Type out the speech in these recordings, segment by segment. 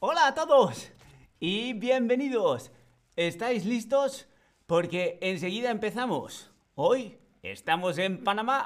Hola a todos y bienvenidos. ¿Estáis listos? Porque enseguida empezamos. Hoy estamos en Panamá.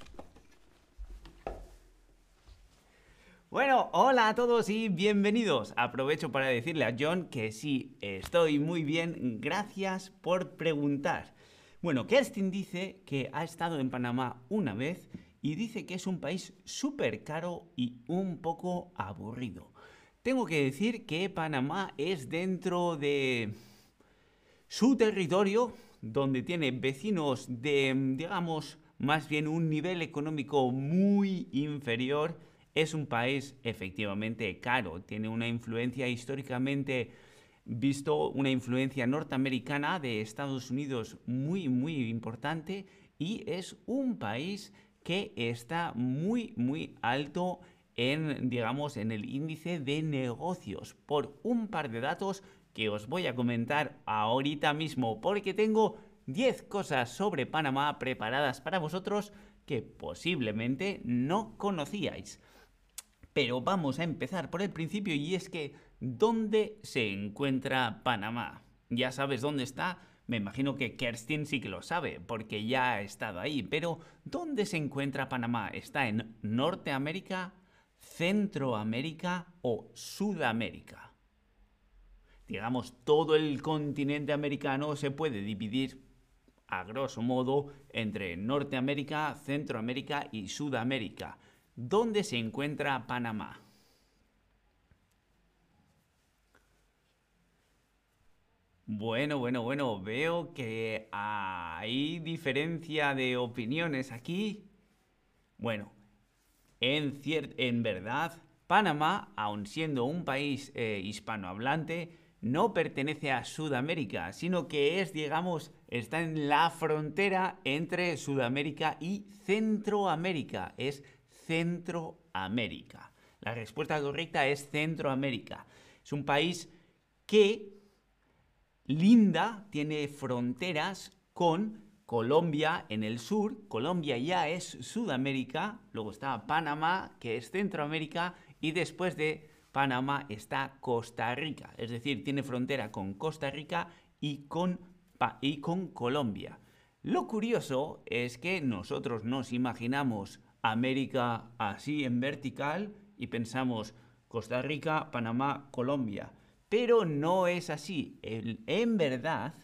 Bueno, hola a todos y bienvenidos. Aprovecho para decirle a John que sí, estoy muy bien, gracias por preguntar. Bueno, Kerstin dice que ha estado en Panamá una vez y dice que es un país súper caro y un poco aburrido. Tengo que decir que Panamá es dentro de su territorio, donde tiene vecinos de, digamos, más bien un nivel económico muy inferior. Es un país efectivamente caro, tiene una influencia históricamente visto, una influencia norteamericana de Estados Unidos muy importante, y es un país que está muy alto en, digamos, en el índice de negocios, por un par de datos que os voy a comentar ahorita mismo, porque tengo 10 cosas sobre Panamá preparadas para vosotros que posiblemente no conocíais. Pero vamos a empezar por el principio, y es que ¿dónde se encuentra Panamá? ¿Ya sabes dónde está? Me imagino que Kerstin sí que lo sabe, porque ya ha estado ahí. Pero ¿dónde se encuentra Panamá? ¿Está en Norteamérica, Centroamérica o Sudamérica? Digamos, todo el continente americano se puede dividir a grosso modo entre Norteamérica, Centroamérica y Sudamérica. ¿Dónde se encuentra Panamá? Bueno, veo que hay diferencia de opiniones aquí. Bueno, en verdad, Panamá, aun siendo un país hispanohablante, no pertenece a Sudamérica, sino que es, digamos, está en la frontera entre Sudamérica y Centroamérica. Es Centroamérica. La respuesta correcta es Centroamérica. Es un país que linda, tiene fronteras con Colombia en el sur. Colombia ya es Sudamérica. Luego está Panamá, que es Centroamérica. Y después de Panamá está Costa Rica. Es decir, tiene frontera con Costa Rica y con Colombia. Lo curioso es que nosotros nos imaginamos América así en vertical y pensamos Costa Rica, Panamá, Colombia. Pero no es así. En verdad,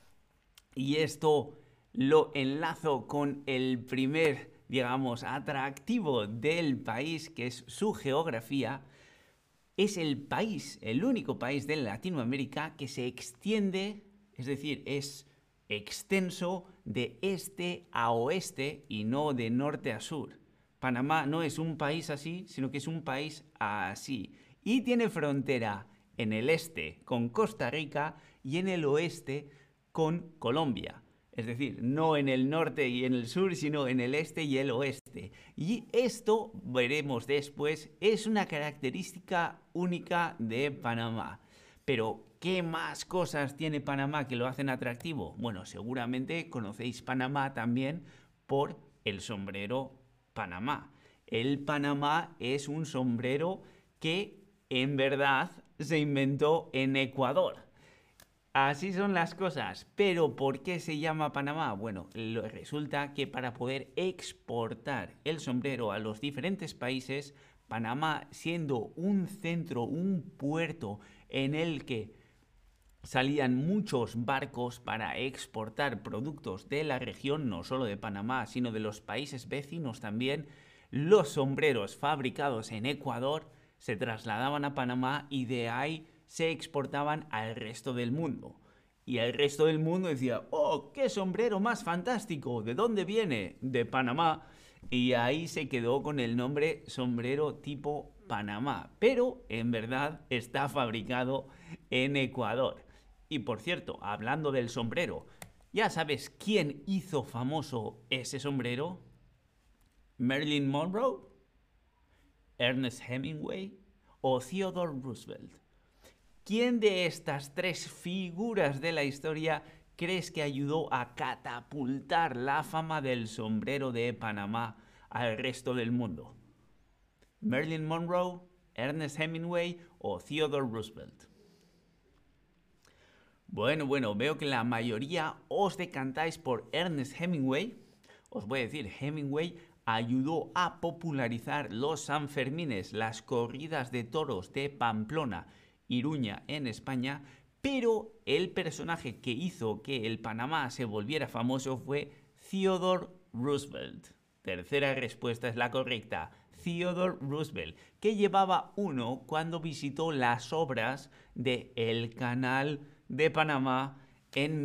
y esto lo enlazo con el primer, digamos, atractivo del país, que es su geografía, es el país, el único país de Latinoamérica que se extiende, es decir, es extenso de este a oeste y no de norte a sur. Panamá no es un país así, sino que es un país así. Y tiene frontera en el este con Costa Rica y en el oeste con Colombia. Es decir, no en el norte y en el sur, sino en el este y el oeste. Y esto, veremos después, es una característica única de Panamá. Pero, ¿qué más cosas tiene Panamá que lo hacen atractivo? Bueno, seguramente conocéis Panamá también por el sombrero Panamá. El Panamá es un sombrero que en verdad se inventó en Ecuador. Así son las cosas. Pero ¿por qué se llama Panamá? Bueno, resulta que para poder exportar el sombrero a los diferentes países, Panamá, siendo un centro, un puerto en el que salían muchos barcos para exportar productos de la región, no solo de Panamá, sino de los países vecinos también, los sombreros fabricados en Ecuador se trasladaban a Panamá y de ahí se exportaban al resto del mundo. Y el resto del mundo decía, ¡oh, qué sombrero más fantástico! ¿De dónde viene? De Panamá. Y ahí se quedó con el nombre sombrero tipo Panamá. Pero en verdad está fabricado en Ecuador. Y por cierto, hablando del sombrero, ¿ya sabes quién hizo famoso ese sombrero? ¿Marilyn Monroe, Ernest Hemingway o Theodore Roosevelt? ¿Quién de estas tres figuras de la historia crees que ayudó a catapultar la fama del sombrero de Panamá al resto del mundo? ¿Marilyn Monroe, Ernest Hemingway o Theodore Roosevelt. Bueno, veo que la mayoría os decantáis por Ernest Hemingway. Os voy a decir, Hemingway ayudó a popularizar los Sanfermines, las corridas de toros de Pamplona, Iruña en España, pero el personaje que hizo que el Panamá se volviera famoso fue Theodore Roosevelt. Tercera respuesta es la correcta. Theodore Roosevelt, que llevaba uno cuando visitó las obras de El Canal de Panamá en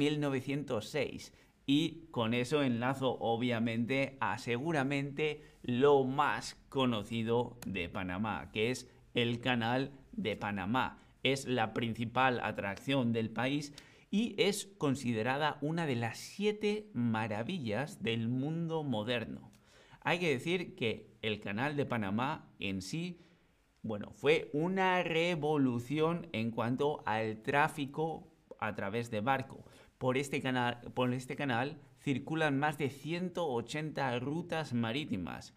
1906. Y con eso enlazo obviamente a seguramente lo más conocido de Panamá, que es el Canal de Panamá. Es la principal atracción del país y es considerada una de las 7 maravillas del mundo moderno. Hay que decir que el Canal de Panamá en sí, bueno, fue una revolución en cuanto al tráfico a través de barco. Por este canal circulan más de 180 rutas marítimas.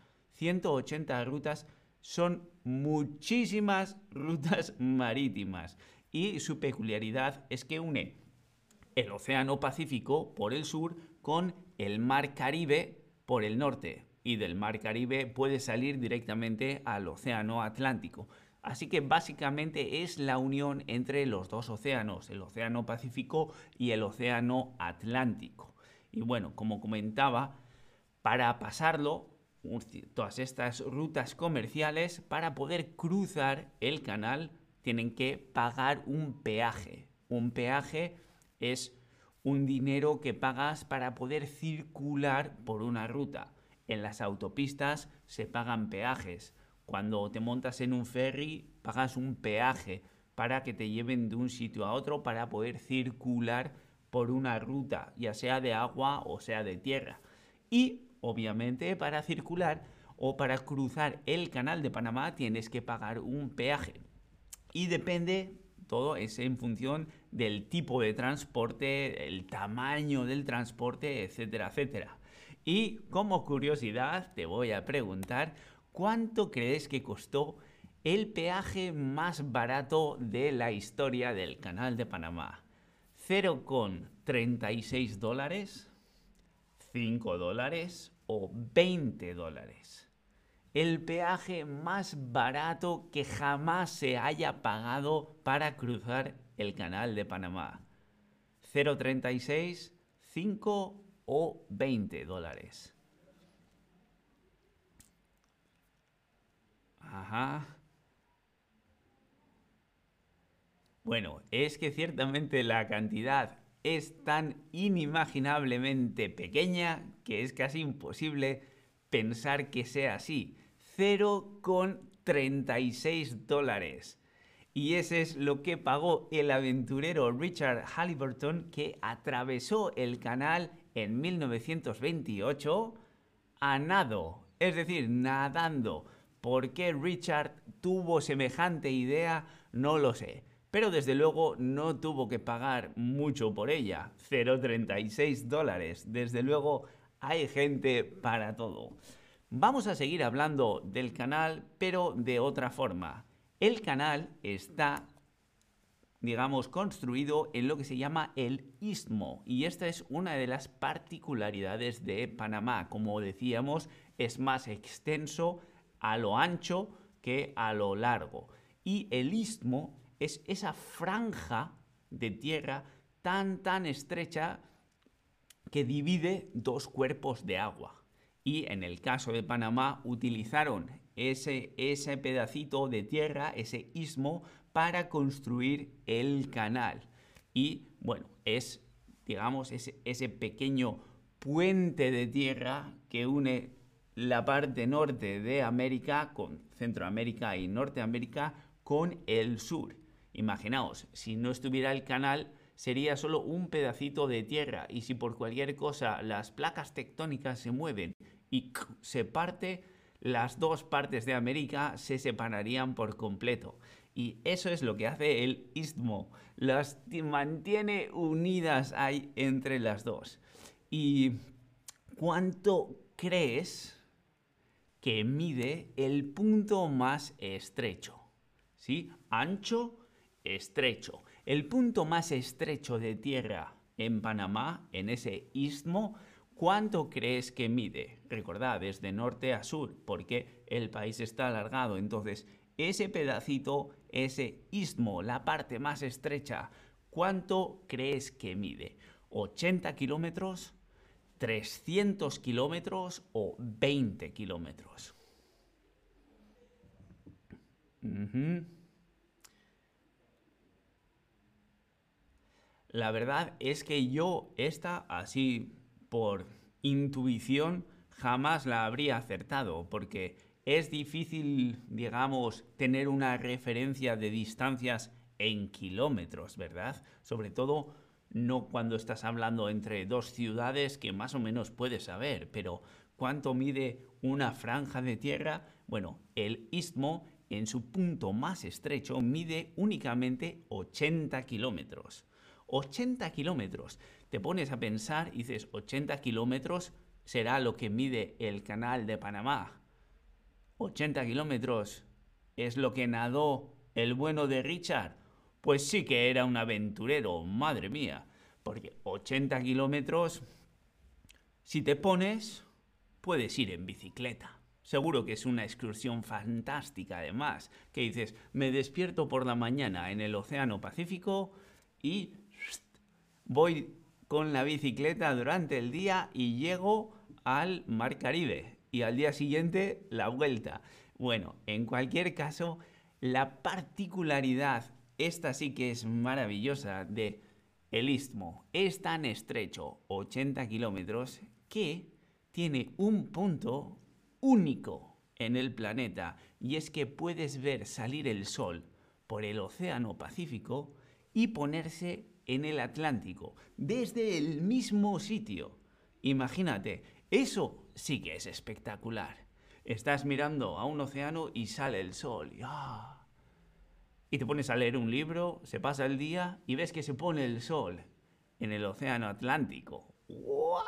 180 rutas son muchísimas rutas marítimas. Y su peculiaridad es que une el Océano Pacífico por el sur con el Mar Caribe por el norte. Y del Mar Caribe puede salir directamente al Océano Atlántico. Así que básicamente es la unión entre los dos océanos, el Océano Pacífico y el Océano Atlántico. Y bueno, como comentaba, para pasarlo, todas estas rutas comerciales, para poder cruzar el canal, tienen que pagar un peaje. Un peaje es un dinero que pagas para poder circular por una ruta. En las autopistas se pagan peajes. Cuando te montas en un ferry, pagas un peaje para que te lleven de un sitio a otro para poder circular por una ruta, ya sea de agua o sea de tierra. Y, obviamente, para circular o para cruzar el Canal de Panamá tienes que pagar un peaje. Y depende, todo es en función del tipo de transporte, el tamaño del transporte, etcétera, etcétera. Y como curiosidad te voy a preguntar, ¿cuánto crees que costó el peaje más barato de la historia del Canal de Panamá? $0,36, $5 o $20. El peaje más barato que jamás se haya pagado para cruzar el Canal de Panamá. $0,36, $5 o $20. Ajá. Bueno, es que ciertamente la cantidad es tan inimaginablemente pequeña que es casi imposible pensar que sea así. $0,36. Y ese es lo que pagó el aventurero Richard Halliburton, que atravesó el canal en 1928 a nado, es decir, nadando. ¿Por qué Richard tuvo semejante idea? No lo sé. Pero desde luego no tuvo que pagar mucho por ella. $0,36. Desde luego hay gente para todo. Vamos a seguir hablando del canal, pero de otra forma. El canal está, digamos, construido en lo que se llama el istmo. Y esta es una de las particularidades de Panamá. Como decíamos, es más extenso a lo ancho que a lo largo. Y el istmo es esa franja de tierra tan estrecha que divide dos cuerpos de agua. Y en el caso de Panamá utilizaron ese pedacito de tierra, ese istmo, para construir el canal. Y bueno, es, digamos, ese pequeño puente de tierra que une la parte norte de América, con Centroamérica y Norteamérica, con el sur. Imaginaos, si no estuviera el canal, sería solo un pedacito de tierra, y si por cualquier cosa las placas tectónicas se mueven y se parte, las dos partes de América se separarían por completo. Y eso es lo que hace el istmo, las mantiene unidas ahí entre las dos. ¿Y cuánto crees que mide el punto más estrecho? ¿sí? Ancho, estrecho. El punto más estrecho de tierra en Panamá, en ese istmo, ¿cuánto crees que mide? Recordad, desde norte a sur, porque el país está alargado. Entonces, ese pedacito, ese istmo, la parte más estrecha, ¿cuánto crees que mide? ¿80 kilómetros, 300 kilómetros o 20 kilómetros? Ujú. La verdad es que yo esta, así por intuición, jamás la habría acertado, porque es difícil, digamos, tener una referencia de distancias en kilómetros, ¿verdad? Sobre todo no cuando estás hablando entre dos ciudades que más o menos puedes saber, pero ¿cuánto mide una franja de tierra? Bueno, el istmo en su punto más estrecho mide únicamente 80 kilómetros. 80 kilómetros. Te pones a pensar y dices, 80 kilómetros será lo que mide el canal de Panamá. 80 kilómetros es lo que nadó el bueno de Richard. Pues sí que era un aventurero, madre mía. Porque 80 kilómetros, si te pones, puedes ir en bicicleta. Seguro que es una excursión fantástica además, que dices, me despierto por la mañana en el Océano Pacífico y voy con la bicicleta durante el día y llego al Mar Caribe. Y al día siguiente la vuelta. Bueno, en cualquier caso, la particularidad, esta sí que es maravillosa, de el istmo es tan estrecho, 80 kilómetros, que tiene un punto único en el planeta, y es que puedes ver salir el sol por el Océano Pacífico y ponerse en el Atlántico, desde el mismo sitio. Imagínate, eso sí que es espectacular. Estás mirando a un océano y sale el sol. Y te pones a leer un libro, se pasa el día y ves que se pone el sol en el océano Atlántico. ¿What?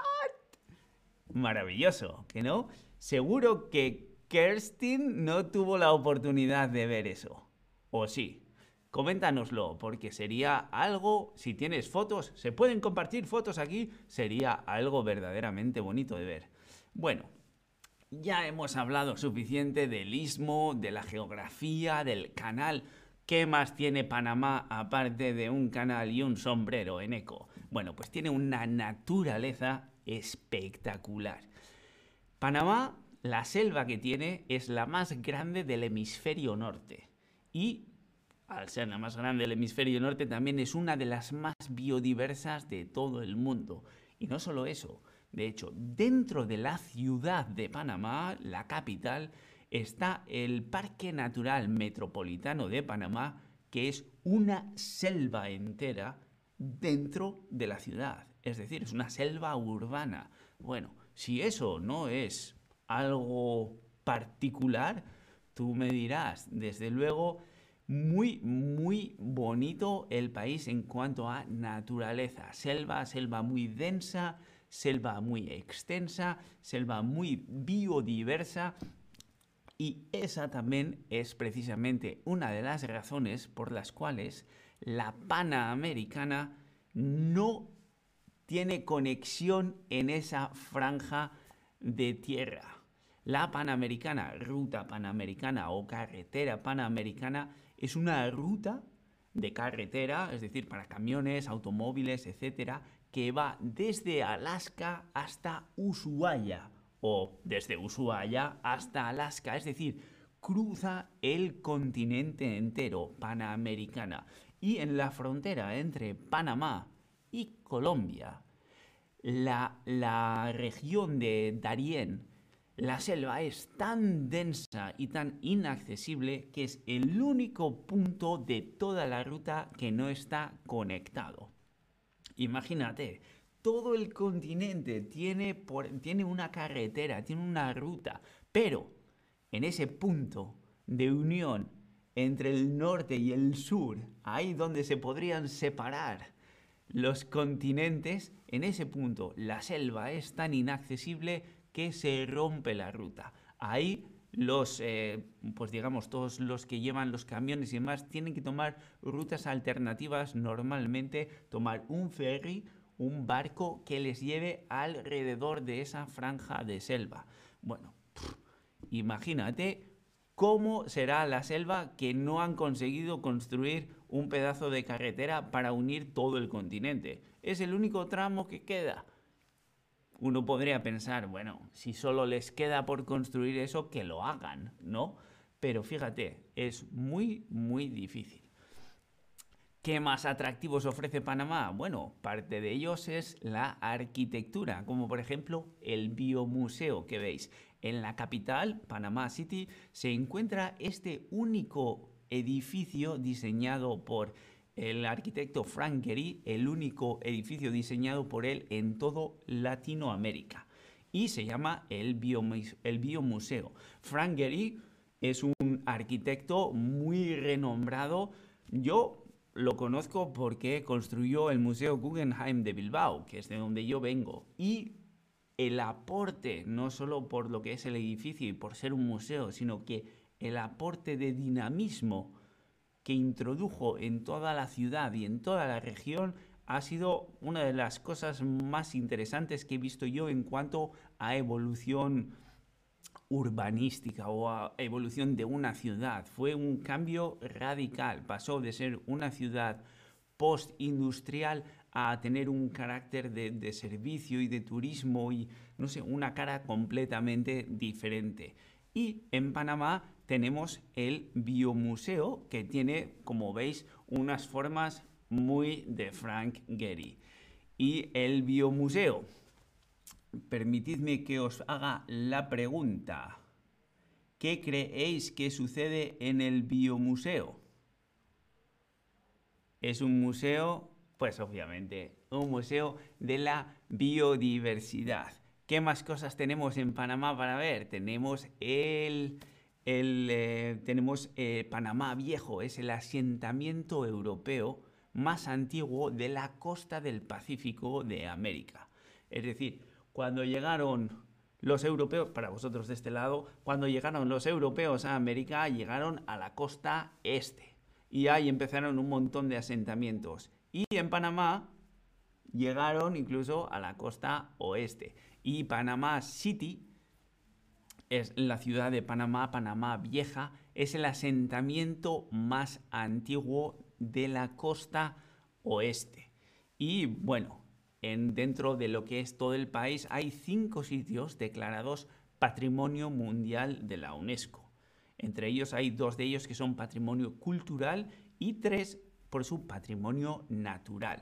Maravilloso, ¿que no? Seguro que Kerstin no tuvo la oportunidad de ver eso. ¿O sí? Coméntanoslo, porque sería algo, si tienes fotos, se pueden compartir fotos aquí, sería algo verdaderamente bonito de ver. Bueno, ya hemos hablado suficiente del istmo, de la geografía, del canal. ¿Qué más tiene Panamá aparte de un canal y un sombrero en eco? Bueno, pues tiene una naturaleza espectacular. Panamá, la selva que tiene, es la más grande del hemisferio norte. Y, al ser la más grande del hemisferio norte, también es una de las más biodiversas de todo el mundo. Y no solo eso, de hecho, dentro de la ciudad de Panamá, la capital, está el Parque Natural Metropolitano de Panamá, que es una selva entera dentro de la ciudad. Es decir, es una selva urbana. Bueno, si eso no es algo particular, tú me dirás, desde luego, muy, muy bonito el país en cuanto a naturaleza. Selva muy densa, selva muy extensa, selva muy biodiversa. Y esa también es precisamente una de las razones por las cuales la Panamericana no tiene conexión en esa franja de tierra. La Panamericana, ruta panamericana o carretera panamericana, es una ruta de carretera, es decir, para camiones, automóviles, etcétera, que va desde Alaska hasta Ushuaia o desde Ushuaia hasta Alaska, es decir, cruza el continente entero, Panamericana. Y en la frontera entre Panamá y Colombia, la región de Darién, la selva es tan densa y tan inaccesible que es el único punto de toda la ruta que no está conectado. Imagínate, todo el continente tiene una carretera, tiene una ruta, pero en ese punto de unión entre el norte y el sur, ahí donde se podrían separar los continentes, en ese punto la selva es tan inaccesible que se rompe la ruta. Ahí pues digamos, todos los que llevan los camiones y demás tienen que tomar rutas alternativas, normalmente tomar un ferry, un barco que les lleve alrededor de esa franja de selva. Bueno, imagínate cómo será la selva que no han conseguido construir un pedazo de carretera para unir todo el continente. Es el único tramo que queda. Uno podría pensar, bueno, si solo les queda por construir eso, que lo hagan, ¿no? Pero fíjate, es muy, muy difícil. ¿Qué más atractivos ofrece Panamá? Bueno, parte de ellos es la arquitectura, como por ejemplo el Biomuseo que veis. En la capital, Panamá City, se encuentra este único edificio diseñado por el arquitecto Frank Gehry, el único edificio diseñado por él en todo Latinoamérica. Y se llama el Biomuseo. Frank Gehry es un arquitecto muy renombrado. Yo lo conozco porque construyó el Museo Guggenheim de Bilbao, que es de donde yo vengo. Y el aporte, no solo por lo que es el edificio y por ser un museo, sino que el aporte de dinamismo que introdujo en toda la ciudad y en toda la región ha sido una de las cosas más interesantes que he visto yo en cuanto a evolución urbanística o a evolución de una ciudad. Fue un cambio radical. Pasó de ser una ciudad post-industrial a tener un carácter de servicio y de turismo y, no sé, una cara completamente diferente. Y en Panamá tenemos el Biomuseo, que tiene, como veis, unas formas muy de Frank Gehry. Y el Biomuseo, permitidme que os haga la pregunta. ¿Qué creéis que sucede en el Biomuseo? Es un museo, pues obviamente, un museo de la biodiversidad. ¿Qué más cosas tenemos en Panamá para ver? Tenemos Panamá Viejo, es el asentamiento europeo más antiguo de la costa del Pacífico de América. Es decir, cuando llegaron los europeos, para vosotros de este lado, cuando llegaron los europeos a América, llegaron a la costa este. Y ahí empezaron un montón de asentamientos. Y en Panamá llegaron incluso a la costa oeste. Y Panamá City es la ciudad de Panamá, Panamá Vieja, es el asentamiento más antiguo de la costa oeste. Y bueno, dentro de lo que es todo el país hay 5 sitios declarados Patrimonio Mundial de la UNESCO. Entre ellos hay 2 de ellos que son patrimonio cultural y 3 por su patrimonio natural.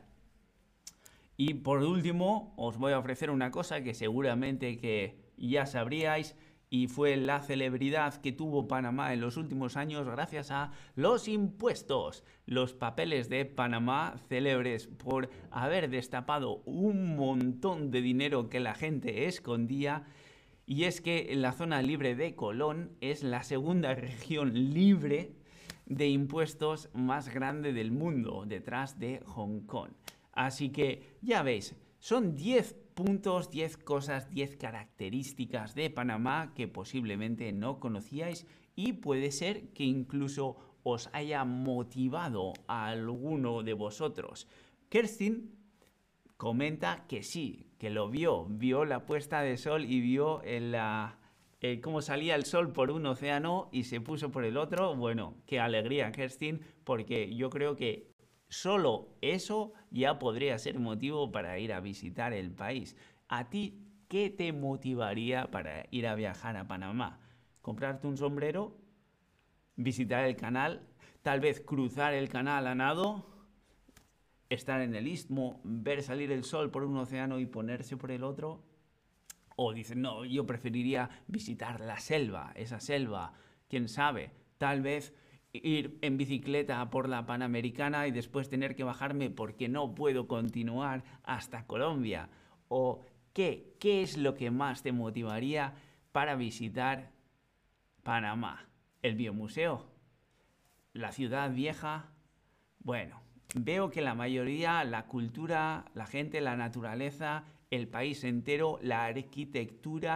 Y por último, os voy a ofrecer una cosa que seguramente que ya sabríais, y fue la celebridad que tuvo Panamá en los últimos años gracias a los impuestos. Los papeles de Panamá, célebres por haber destapado un montón de dinero que la gente escondía. Y es que la zona libre de Colón es la segunda región libre de impuestos más grande del mundo, detrás de Hong Kong. Así que ya veis, son 10 puntos, 10 cosas, 10 características de Panamá que posiblemente no conocíais y puede ser que incluso os haya motivado a alguno de vosotros. Kerstin comenta que sí, que lo vio la puesta de sol y vio cómo salía el sol por un océano y se puso por el otro. Bueno, qué alegría, Kerstin, porque yo creo que solo eso ya podría ser motivo para ir a visitar el país. ¿A ti qué te motivaría para ir a viajar a Panamá? ¿Comprarte un sombrero? ¿Visitar el canal? ¿Tal vez cruzar el canal a nado? ¿Estar en el istmo? ¿Ver salir el sol por un océano y ponerse por el otro? O dicen, no, yo preferiría visitar la selva, esa selva, quién sabe, tal vez ir en bicicleta por la Panamericana y después tener que bajarme porque no puedo continuar hasta Colombia. ¿O qué es lo que más te motivaría para visitar Panamá? ¿El Biomuseo? ¿La ciudad vieja? Bueno, veo que la mayoría, la cultura, la gente, la naturaleza, el país entero, la arquitectura,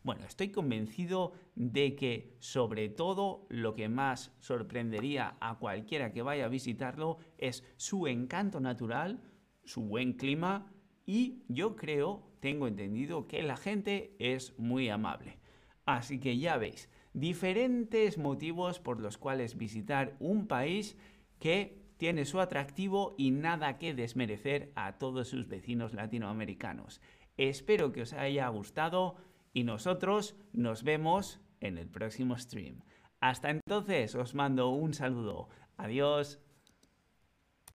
Bueno, estoy convencido de que sobre todo lo que más sorprendería a cualquiera que vaya a visitarlo es su encanto natural, su buen clima y yo creo, tengo entendido que la gente es muy amable. Así que ya veis, diferentes motivos por los cuales visitar un país que tiene su atractivo y nada que desmerecer a todos sus vecinos latinoamericanos. Espero que os haya gustado y nosotros nos vemos en el próximo stream. Hasta entonces os mando un saludo. Adiós.